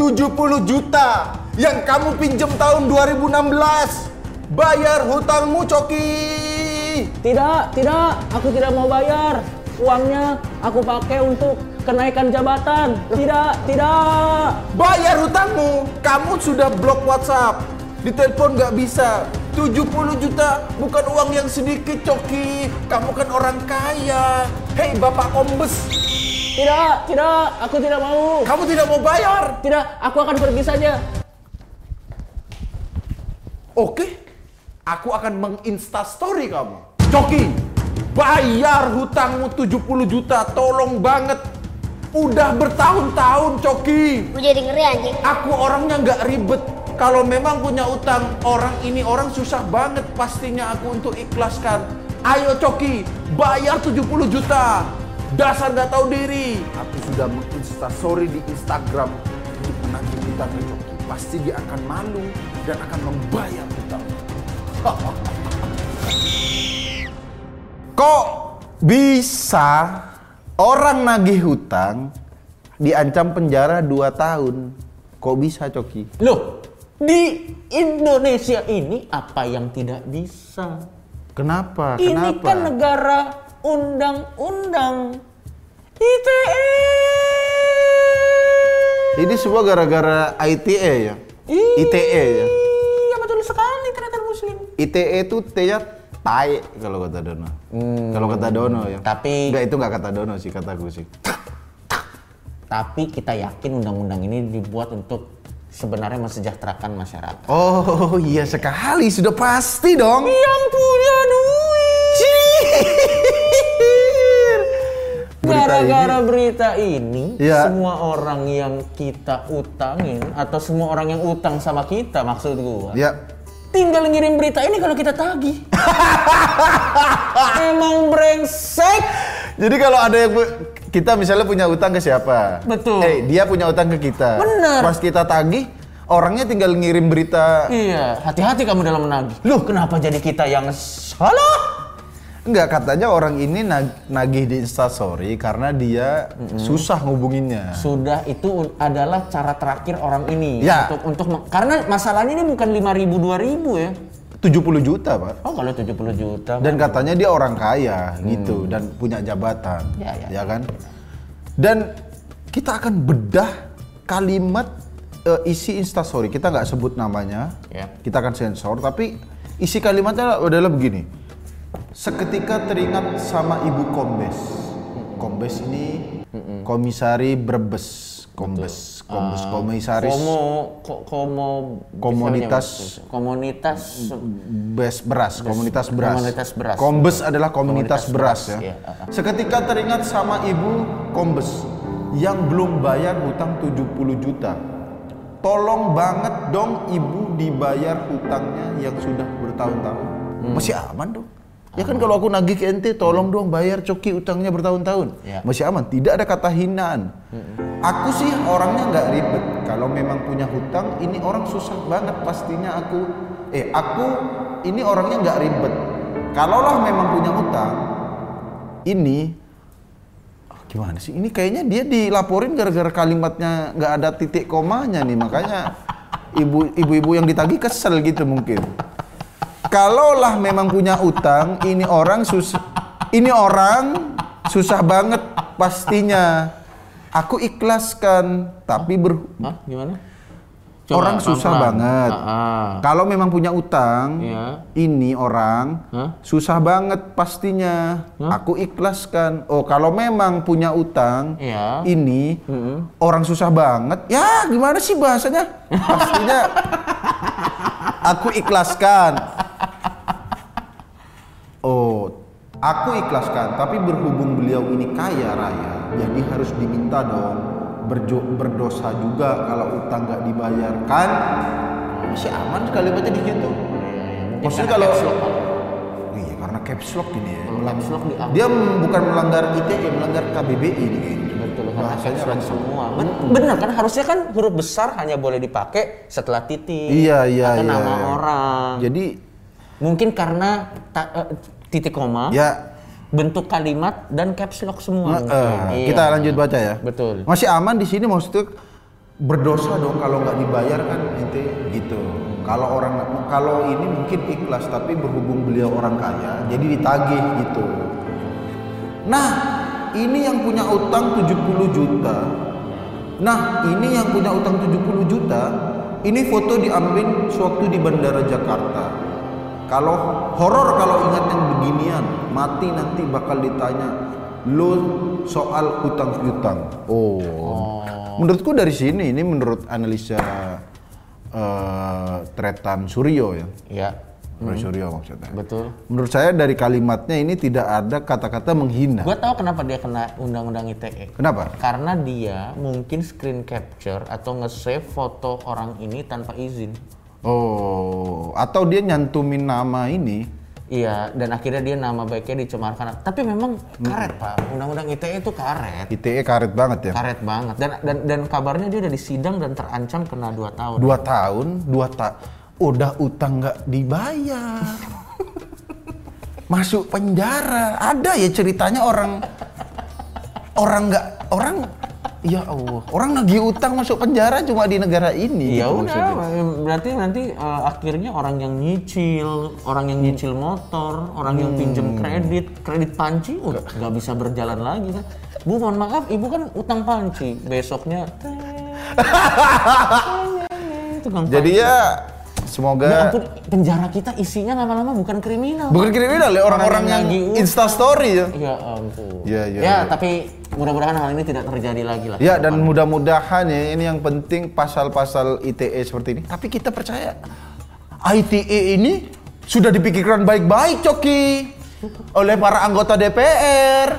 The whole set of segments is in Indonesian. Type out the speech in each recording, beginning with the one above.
70 juta yang kamu pinjam tahun 2016. Bayar hutangmu, Coki. Tidak, aku tidak mau bayar. Uangnya aku pakai untuk kenaikan jabatan. Tidak. Bayar hutangmu. Kamu sudah blok WhatsApp. Ditelepon nggak bisa. 70 juta bukan uang yang sedikit, Coki. Kamu kan orang kaya. Hei, Bapak Kombes. Tidak, aku tidak mau. Kamu tidak mau bayar? Tidak, aku akan pergi saja. Oke, aku akan menginstastory kamu. Coki, bayar hutangmu 70 juta, tolong banget. Udah bertahun-tahun, Coki. Gue jadi ngeri anjing. Aku orangnya nggak ribet. Kalau memang punya utang, orang susah banget pastinya aku untuk ikhlaskan. Ayo Coki, bayar 70 juta. Dasar nggak tahu diri. Aku sudah menginstastory di Instagram untuk menagih hutang ke Coki. Pasti dia akan malu dan akan membayar hutang. Kok bisa orang nagih hutang diancam penjara 2 tahun? Kok bisa, Coki? Loh, di Indonesia ini apa yang tidak bisa? Kenapa? Ini kan negara undang-undang ITE. Ini semua gara-gara ITE ya? ITE ya? Iya, betul sekali, ternyata muslim. ITE itu T-nya tai kalau kata Dono. Kalau kata Dono ya. Tapi enggak, itu enggak kata Dono sih, kataku sih. Tapi kita yakin undang-undang ini dibuat untuk sebenarnya mensejahterakan masyarakat. Oh iya sekali, sudah pasti dong. Yang punya duit. Gara-gara berita ini, ya. Semua orang yang kita utangin atau semua orang yang utang sama kita, maksud gua. Ya. Tinggal ngirim berita ini kalau kita tagih. Emang brengsek. Jadi kalau ada yang kita misalnya punya utang ke siapa? Betul. Dia punya utang ke kita. Bener. Pas kita tagih, orangnya tinggal ngirim berita. Iya, hati-hati kamu dalam menagih. Loh, kenapa jadi kita yang salah? Enggak, katanya orang ini nagih di Instastory karena dia susah ngubunginnya. Sudah, itu adalah cara terakhir orang ini. Ya. Untuk karena masalahnya ini bukan 5.000 2.000 ya. 70 juta, Pak. Oh, kalau 70 juta. Dan katanya dia orang kaya gitu dan punya jabatan. Ya kan? Dan kita akan bedah kalimat isi Instastory. Kita nggak sebut namanya. Ya. Kita akan sensor, tapi isi kalimatnya adalah begini. Seketika teringat sama Ibu Kombes. Kombes ini komisari Brebes. Komisaris komunitas beras. Kombes adalah komunitas beras ya. Iya. Seketika teringat sama Ibu Kombes yang belum bayar hutang 70 juta. Tolong banget dong Ibu dibayar hutangnya yang sudah bertahun-tahun. Masih aman dong. Ya kan kalau aku nagih ke ente, tolong dong bayar Coki utangnya bertahun-tahun. Ya. Masih aman, tidak ada kata hinaan. Aku sih orangnya nggak ribet. Kalau memang punya hutang, ini orang susah banget pastinya aku ini orangnya nggak ribet. Kalaulah memang punya hutang, ini gimana sih? Ini kayaknya dia dilaporin gara-gara kalimatnya nggak ada titik komanya nih, makanya ibu-ibu yang ditagih kesel gitu mungkin. Kalaulah memang punya utang, ini orang susah banget pastinya. Aku ikhlaskan, tapi Gimana? orang susah banget. Kalau memang punya utang, Ya. ini orang susah banget pastinya. Aku ikhlaskan. Oh, kalau memang punya utang, Ya. ini orang susah banget. Ya, gimana sih bahasanya? Pastinya aku ikhlaskan. Oh, aku ikhlaskan, tapi berhubung beliau ini kaya raya, jadi harus diminta dong berdosa juga kalau utang nggak dibayarkan. Masih aman kalimatnya di situ. Maksudnya kalau iya karena caps lock ini ya. Dia bukan melanggar ITE, melanggar KBBI ini kayaknya. Betul, bahasanya semua. Benar kan, harusnya kan huruf besar hanya boleh dipakai setelah titik. Iya. Atau nama orang. Jadi mungkin karena titik koma, ya, bentuk kalimat dan caps lock semua. kita lanjut baca ya. Betul. Masih aman di sini maksudnya berdosa dong kalau nggak dibayar kan ente gitu. Kalau ini mungkin ikhlas tapi berhubung beliau orang kaya jadi ditagih gitu. Nah, ini yang punya utang 70 juta. Nah, ini yang punya utang 70 juta. Ini foto diambil sewaktu di Bandara Jakarta. Kalau horor kalau ingat yang beginian, mati nanti bakal ditanya lo soal hutang-hutang. Oh. Menurutku dari sini, ini menurut analisa Tretan Suryo ya. Iya. Suryo maksudnya. Betul. Menurut saya dari kalimatnya ini tidak ada kata-kata menghina. Gua tahu kenapa dia kena undang-undang ITE. Kenapa? Karena dia mungkin screen capture atau nge-save foto orang ini tanpa izin. Oh, atau dia nyantumin nama ini. Iya, dan akhirnya dia nama baiknya dicemarkan. Tapi memang karet, Pak. Undang-undang ITE itu karet. ITE karet banget ya? Karet banget. Dan kabarnya dia udah disidang dan terancam kena 2 tahun. 2 tahun? Udah utang nggak dibayar. Masuk penjara. Ada ya ceritanya orang ya Allah, orang nagih utang masuk penjara cuma di negara ini. Ya gitu udah, maksudnya. berarti nanti akhirnya orang yang nyicil motor, orang yang pinjam kredit panci, nggak bisa berjalan lagi kan. Bu, mohon maaf, ibu kan utang panci, besoknya. Jadi ya semoga. Ya ampun, penjara kita isinya lama-lama bukan kriminal. Bukan kriminal ya, orang-orang yang Instastory ya. Ya ampun. Ya. Tapi mudah-mudahan hal ini tidak terjadi lagi lah. Ya, dan mudah-mudahan ya, ini yang penting pasal-pasal ITE seperti ini. Tapi kita percaya ITE ini sudah dipikirkan baik-baik, Coki, oleh para anggota DPR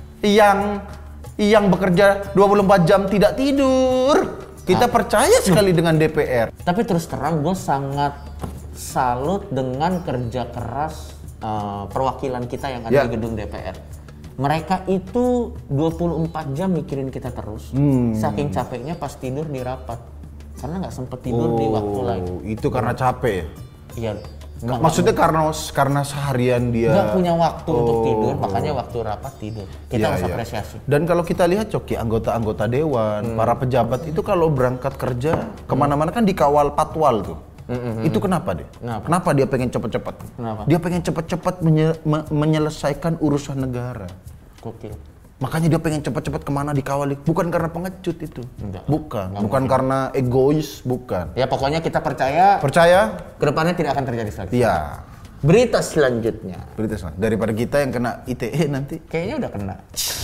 yang bekerja 24 jam tidak tidur. Kita percaya sekali dengan DPR. Tapi terus terang gue sangat salut dengan kerja keras perwakilan kita yang ada di gedung DPR. Mereka itu 24 jam mikirin kita terus. Saking capeknya pas tidur di rapat. Karena nggak sempet tidur di waktu lain. Itu karena capek ya? Iya. Maksudnya karena seharian dia nggak punya waktu untuk tidur, makanya waktu rapat tidur. Kita harus apresiasi. Dan kalau kita lihat, Coki, anggota-anggota dewan, para pejabat itu kalau berangkat kerja kemana-mana kan dikawal patwal tuh. Itu kenapa deh? Kenapa dia pengen cepat-cepat? Dia pengen cepat-cepat menyelesaikan urusan negara. Gokil. Makanya dia pengen cepat-cepat kemana dikawal. Bukan karena pengecut itu. Enggak. Bukan karena egois, bukan. Ya pokoknya kita percaya kedepannya tidak akan terjadi lagi. Iya. Berita selanjutnya. Daripada kita yang kena ITE nanti. Kayaknya udah kena.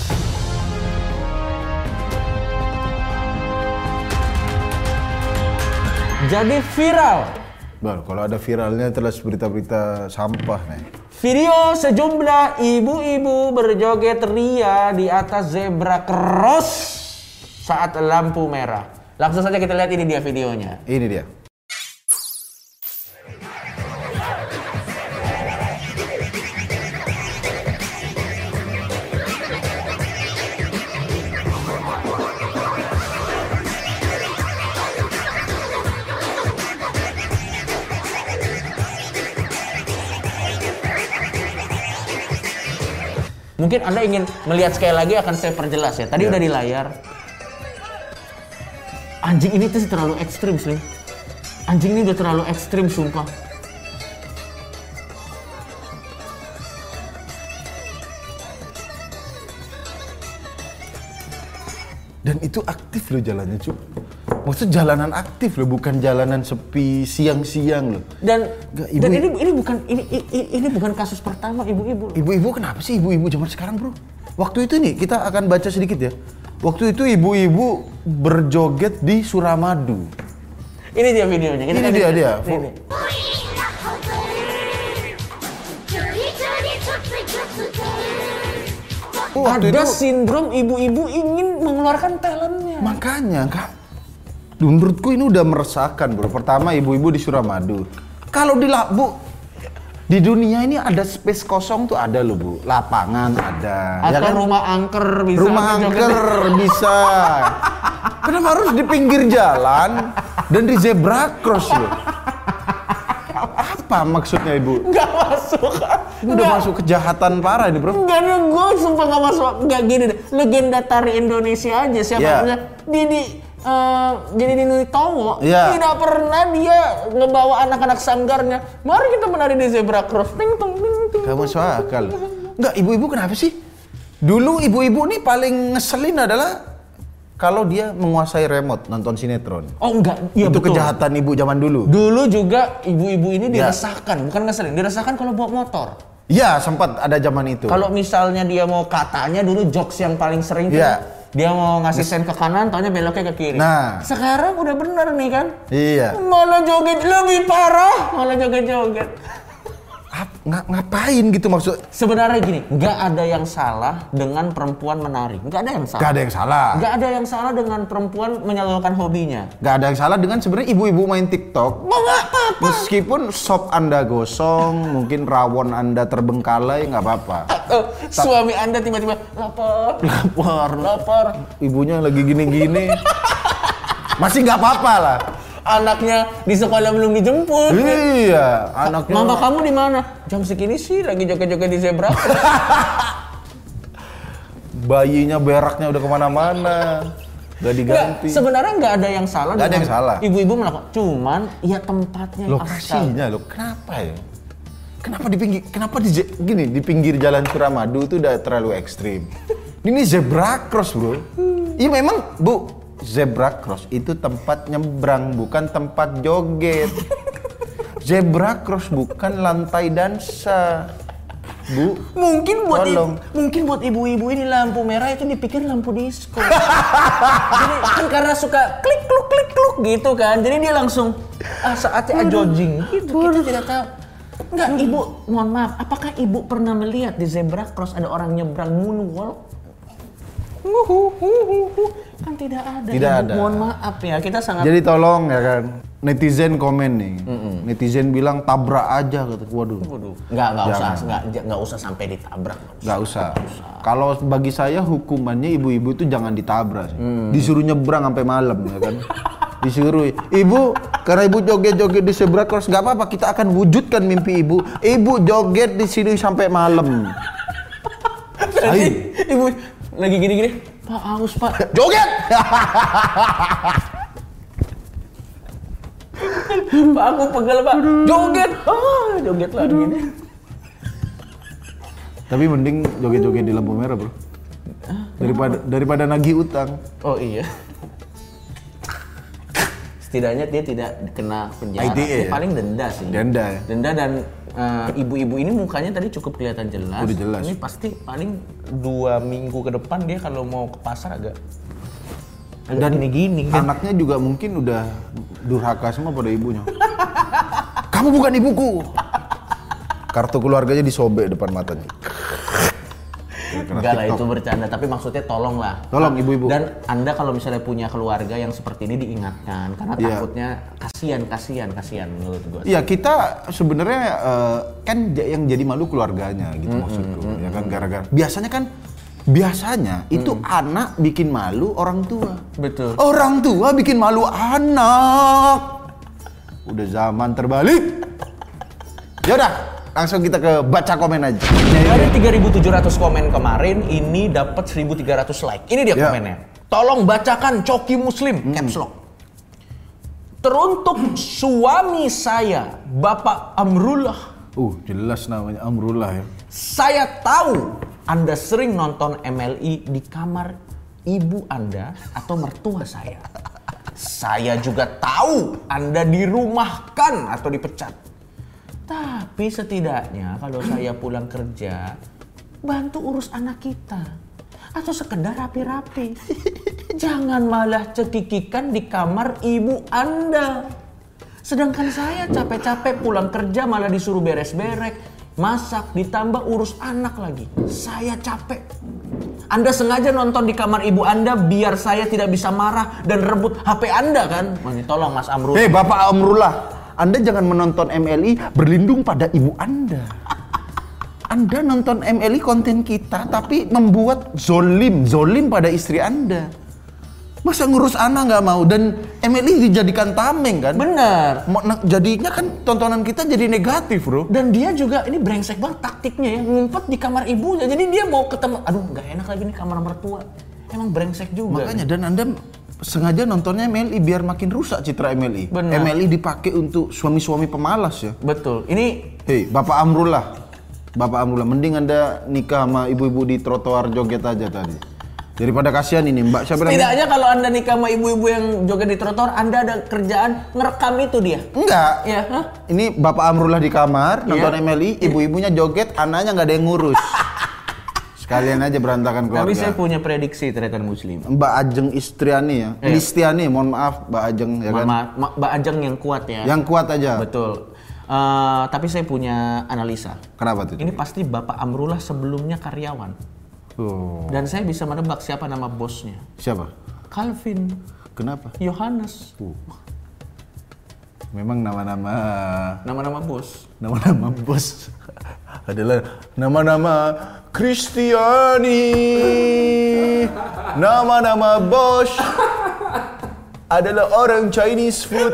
Jadi viral. Baru kalau ada viralnya terus berita-berita sampah nih. Video sejumlah ibu-ibu berjoget ria di atas zebra cross saat lampu merah. Langsung saja kita lihat, ini dia videonya. Ini dia. Mungkin Anda ingin melihat sekali lagi, akan saya perjelas ya. Tadi udah di layar. Anjing ini tuh terlalu ekstrim, Sling. Anjing ini udah terlalu ekstrim, sumpah. Dan itu aktif loh jalannya, Cuk. Maksudnya jalanan aktif loh, bukan jalanan sepi siang-siang loh. Dan ini bukan kasus pertama ibu-ibu. Ibu-ibu kenapa sih ibu-ibu zaman sekarang, Bro? Waktu itu nih kita akan baca sedikit ya. Waktu itu ibu-ibu berjoget di Suramadu. Ini dia videonya. Ini dia. Ini. Ada sindrom ibu-ibu ingin mengeluarkan talentnya. Makanya, Kak. Menurutku ini udah meresahkan, Bro. Pertama, ibu-ibu di Suramadu. Kalau di dunia ini ada space kosong tuh ada loh, Bu. Lapangan ada. Atau ya kan? Rumah angker bisa. Rumah angker bisa. Kenapa harus di pinggir jalan dan di zebra cross loh? Apa maksudnya, Ibu? Nggak masuk. Ini udah masuk kejahatan parah ini, Bro. Nggak ada, gue sumpah nggak masuk. Nggak gini deh. Legenda tari Indonesia aja siapa? jadi Nini Towo, Iya. tidak pernah dia ngebawa anak-anak sanggarnya. Mari kita menari di zebra cross. Ting tong ting ting. Gak masuk akal. Enggak, ibu-ibu kenapa sih? Dulu ibu-ibu nih paling ngeselin adalah kalau dia menguasai remote nonton sinetron. Oh enggak, iya Itu betul. kejahatan ibu zaman dulu. Dulu juga ibu-ibu ini Ya. diresahkan, bukan ngeselin, diresahkan kalau bawa motor. Iya, sempat ada zaman itu. Kalau misalnya dia mau katanya dulu jokes yang paling sering tuh, Iya. dia mau ngasih sen ke kanan, taunya beloknya ke kiri. Nah. Sekarang udah bener nih kan? Iya. Malah joget lebih parah, malah joget-joget. Ngapain gitu maksud? Sebenarnya gini, nggak ada yang salah dengan perempuan menari, nggak ada yang salah. Gak ada yang salah. Nggak ada yang salah dengan perempuan menyalurkan hobinya. Gak ada yang salah dengan sebenarnya ibu-ibu main TikTok. Nggak apa-apa. Meskipun sop Anda gosong, mungkin rawon Anda terbengkalai, nggak apa-apa. Suami Anda tiba-tiba lapar. Ibunya lagi gini-gini. Masih nggak apa-apa lah. Anaknya di sekolah belum dijemput. Iya, anaknya. Mama kamu di mana? Jam segini sih lagi joget-joget di zebra. Bayinya beraknya udah kemana-mana. Gak diganti. Sebenarnya nggak ada yang salah. Nggak ada yang salah. Ibu-ibu melakukan, cuman ya tempatnya. Lokasinya loh, kenapa ya? Kenapa di pinggir jalan Suramadu itu udah terlalu ekstrim. Ini zebra cross, bro. Iya memang, Bu, zebra cross itu tempat nyebrang, bukan tempat joget. Zebra cross bukan lantai dansa. Bu, Mungkin buat ibu-ibu ini lampu merah itu dipikir lampu disco. Jadi kan karena suka klik kluk gitu kan. Jadi dia langsung saatnya jogging gitu. Kita tidak tahu. Enggak, Ibu, mohon maaf. Apakah Ibu pernah melihat di zebra cross ada orang nyebrang moonwalk? Kan tidak ada. Tidak Ibu. ada. Mohon maaf ya, kita sangat. jadi tolong ya kan. Netizen komen nih. Netizen bilang tabrak aja kata. Waduh. Nggak usah sampai ditabrak. Nggak usah. Kalau bagi saya hukumannya ibu-ibu itu jangan ditabrak sih. Disuruh nyebrang sampai malam ya kan. Disuruh, ibu, karena ibu joget-joget di zebra cross, nggak apa-apa, kita akan wujudkan mimpi ibu. Ibu joget di sini sampai malam. Berarti Ibu lagi gini-gini, Pak haus Pak. Joget! Pak aku pegel Pak. Joget. Joget lagi nih. Tapi mending joget-joget di lampu merah, bro. Daripada nagih utang. Oh iya. Setidaknya dia tidak kena penjara. IDE ya? Paling denda sih. Denda ya? Denda dan ibu-ibu ini mukanya tadi cukup kelihatan jelas. Udah jelas. Ini pasti paling 2 minggu ke depan dia kalau mau ke pasar agak Dan gini-gini kan. Anaknya juga mungkin udah durhaka semua pada ibunya. Kamu bukan ibuku. Kartu keluarganya disobek depan matanya. Enggak lah, itu bercanda, tapi maksudnya tolong lah. Tolong ibu-ibu. Dan Anda kalau misalnya punya keluarga yang seperti ini diingatkan, karena Iya. takutnya kasihan menurut gua. Iya, kita sebenarnya kan yang jadi malu keluarganya gitu maksudku. Ya kan gara-gara biasanya itu anak bikin malu orang tua. Betul. Orang tua bikin malu anak. Udah zaman terbalik. Yaudah, langsung kita ke baca komen aja. Dari 3.700 komen kemarin, ini dapat 1.300 like. Ini dia Ya. komennya. Tolong bacakan Coki Muslim, caps lock. Teruntuk suami saya, Bapak Amrullah. Jelas namanya Amrullah ya. Saya tahu Anda sering nonton MLI di kamar ibu Anda atau mertua saya. Saya juga tahu Anda dirumahkan atau dipecat. Tapi setidaknya kalau saya pulang kerja, bantu urus anak kita. Atau sekedar rapi-rapi. Jangan malah cekikikan di kamar ibu Anda. Sedangkan saya capek-capek pulang kerja malah disuruh beres-beres, masak, ditambah urus anak lagi. Saya capek. Anda sengaja nonton di kamar ibu Anda biar saya tidak bisa marah dan rebut HP Anda kan? Tolong Mas Amrullah. Hei Bapak Amrullah, Anda jangan menonton MLI berlindung pada ibu Anda. Anda nonton MLI konten kita tapi membuat zolim pada istri Anda. Masa ngurus anak nggak mau dan MLI dijadikan tameng kan? Bener. Jadinya kan tontonan kita jadi negatif, bro. Dan dia juga ini brengsek banget taktiknya ya, ngumpet di kamar ibunya. Jadi dia mau ketemu, aduh nggak enak lagi nih kamar mertua. Emang brengsek juga. Makanya dan Anda sengaja nontonnya MLI biar makin rusak citra MLI. Benar. MLI dipakai untuk suami-suami pemalas ya. Betul. Ini Hei, Bapak Amrullah, mending Anda nikah sama ibu-ibu di trotoar joget aja tadi. Daripada kasihan ini Mbak siapa namanya? setidaknya kalau Anda nikah sama ibu-ibu yang joget di trotoar, Anda ada kerjaan ngerekam itu dia. Enggak. Iya, hah? Ini Bapak Amrullah di kamar nonton MLI, ibu-ibunya joget, anaknya nggak ada yang ngurus. Sekalian aja berantakan keluarga. Tapi saya punya prediksi Tretan Muslim. Mbak Ajeng Istriani ya, Listiani, mohon maaf Mbak Ajeng ya kan. Mbak Ajeng yang kuat ya. Yang kuat aja. Betul. Tapi saya punya analisa. Kenapa tuh? Ini pasti Bapak Amrullah sebelumnya karyawan. Oh. Dan saya bisa menebak siapa nama bosnya. Siapa? Calvin. Kenapa? Yohanes. Memang Nama-nama bos. nama-nama bos adalah nama-nama Kristiani. Nama-nama bos adalah orang Chinese food.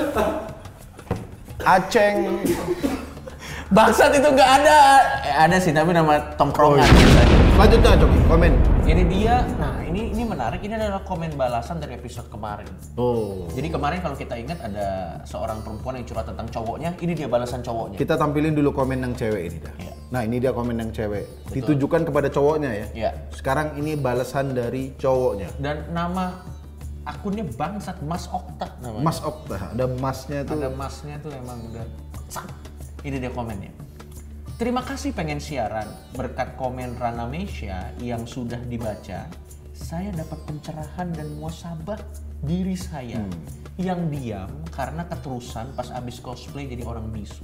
Aceng. Bangsat itu nggak ada. Ada sih tapi nama tongkrongan biasanya. Lanjutnya Coki, komen. Jadi dia, nah ini menarik. Ini adalah komen balasan dari episode kemarin. Oh. Jadi kemarin kalau kita ingat ada seorang perempuan yang curhat tentang cowoknya. Ini dia balasan cowoknya. Kita tampilin dulu komen yang cewek ini dah. Iya. Nah ini dia komen yang cewek. Ditujukan kepada cowoknya ya. Iya. Sekarang ini balasan dari cowoknya. Dan nama akunnya bangsat Mas Okta namanya. Mas Okta, ada masnya tuh. Ada masnya tuh emang udah sak. Ini dia komennya. Terima kasih pengen siaran. Berkat komen Rana Mesya yang sudah dibaca, saya dapat pencerahan dan muasabah diri saya yang diam karena keterusan pas abis cosplay jadi orang bisu.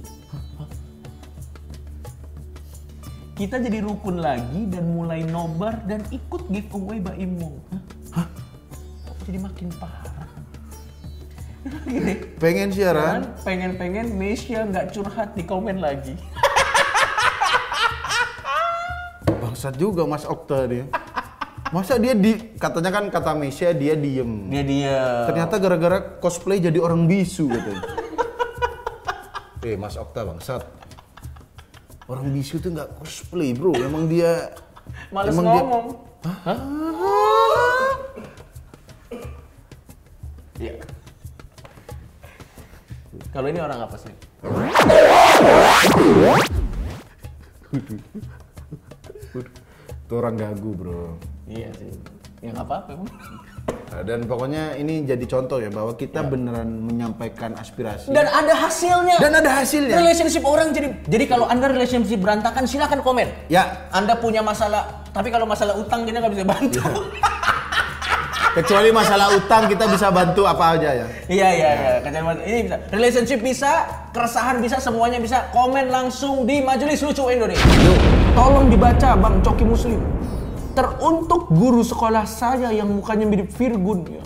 Kita jadi rukun lagi dan mulai nobar dan ikut giveaway Baimong. Hah? Kok jadi makin parah? Gini. Pengen siaran? Pengen Mesya nggak curhat di komen lagi. Bangsat juga Mas Okta dia. Masa dia katanya kan kata Mesya dia diem. Dia. Ternyata gara-gara cosplay jadi orang bisu katanya. Mas Okta bangsat. Orang bisu tuh nggak cosplay bro, emang dia. Males ngomong. Hah? Iya. Kalau ini orang apa sih? Itu orang gagu bro. Iya sih. Ya nggak apa-apa emang. Dan pokoknya ini jadi contoh ya bahwa kita beneran menyampaikan aspirasi. Dan ada hasilnya. Relationship orang jadi kalau Anda relationship berantakan silakan komen. Ya. Anda punya masalah, tapi kalau masalah utang kita nggak bisa bantu. Kecuali masalah utang kita bisa bantu apa aja ya. Iya. Ini bisa. Relationship bisa, keresahan bisa, semuanya bisa. Komen langsung di Majelis Lucu Indonesia. Tolong dibaca Bang Coki Muslim. Teruntuk guru sekolah saya yang mukanya mirip Virgun. Ya.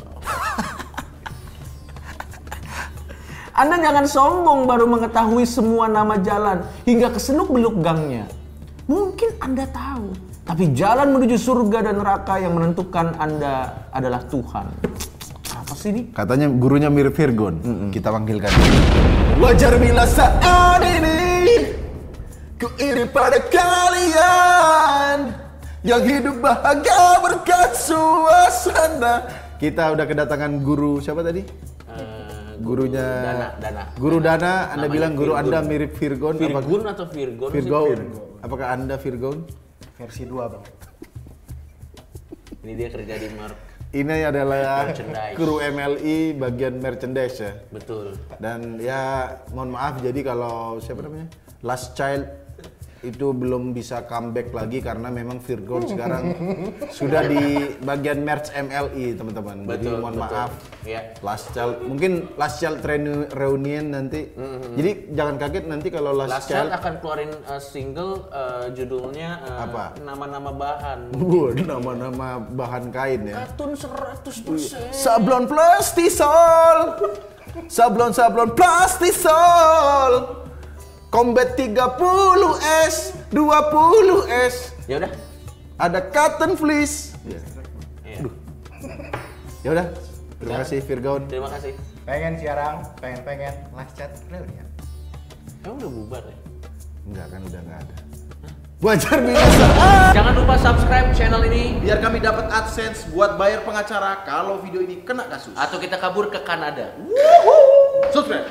Anda jangan sombong baru mengetahui semua nama jalan hingga ke seluk-beluk gangnya. Mungkin Anda tahu, tapi jalan menuju surga dan neraka yang menentukan Anda adalah Tuhan. Apa sih ini? Katanya gurunya mirip Virgon. Kita panggilkan. Wajar bila saat ini ku iri pada kalian yang hidup bahagia berkat suasana. Kita udah kedatangan guru siapa tadi? Gurunya Dana. Guru Dana, Anda bilang guru Virgon. Anda mirip Virgon. Virgun atau Virgon? Virgon. Apakah Anda Virgon? Versi 2 bang. Ini dia kerja di Mark. Ini adalah Merchandise. kru MLI bagian merchandise ya. Betul. Dan ya mohon maaf jadi kalau siapa namanya? Last Child itu belum bisa comeback lagi karena memang Virgon sekarang sudah di bagian merch MLI teman-teman. Jadi mohon maaf. Ya. Last Child mungkin Last Child reunion nanti. Jadi jangan kaget nanti kalau Last Child akan keluarin single judulnya Apa? Nama-nama bahan. Nama-nama bahan kain ya. Katun 100%. Sablon plastisol. Sablon plastisol. Combat 30S, 20S. Ya udah. Ada cotton fleece. Iya. Ya udah. Terima kasih Virgon. Terima kasih. Pengen siaran, pengen last chat reunian. Emang udah bubar ya? Enggak kan udah enggak ada. Wajar biasa. Jangan lupa subscribe channel ini Biar kami dapat AdSense. AdSense buat bayar pengacara kalau video ini kena kasus. Atau kita kabur ke Kanada. Subscribe.